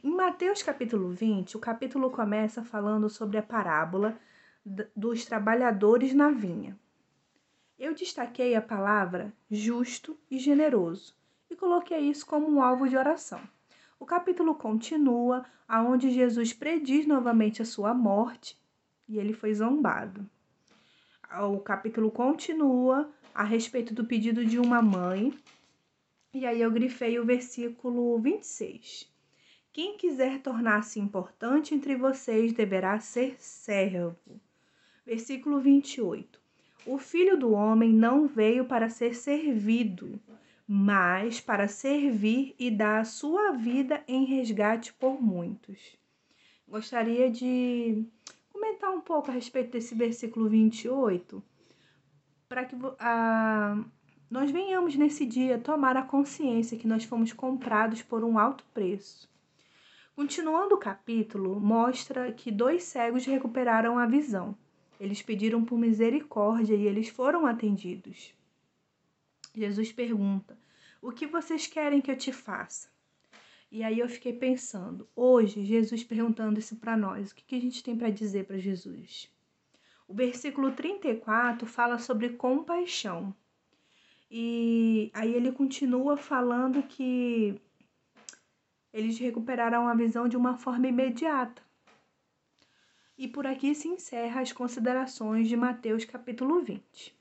Em Mateus capítulo 20, o capítulo começa falando sobre a parábola dos trabalhadores na vinha. Eu destaquei a palavra justo e generoso e coloquei isso como um alvo de oração. O capítulo continua, aonde Jesus prediz novamente a sua morte e ele foi zombado. O capítulo continua a respeito do pedido de uma mãe, e aí eu grifei o versículo 26. Quem quiser tornar-se importante entre vocês deverá ser servo. Versículo 28. O Filho do Homem não veio para ser servido, mas para servir e dar a sua vida em resgate por muitos. Gostaria de comentar um pouco a respeito desse versículo 28, para que nós venhamos nesse dia tomar a consciência que nós fomos comprados por um alto preço. Continuando o capítulo, mostra que 2 cegos recuperaram a visão. Eles pediram por misericórdia e eles foram atendidos. Jesus pergunta: o que vocês querem que eu te faça? E aí eu fiquei pensando, hoje, Jesus perguntando isso para nós, o que a gente tem para dizer para Jesus? O versículo 34 fala sobre compaixão. E aí ele continua falando que eles recuperaram a visão de uma forma imediata. E por aqui se encerra as considerações de Mateus capítulo 20.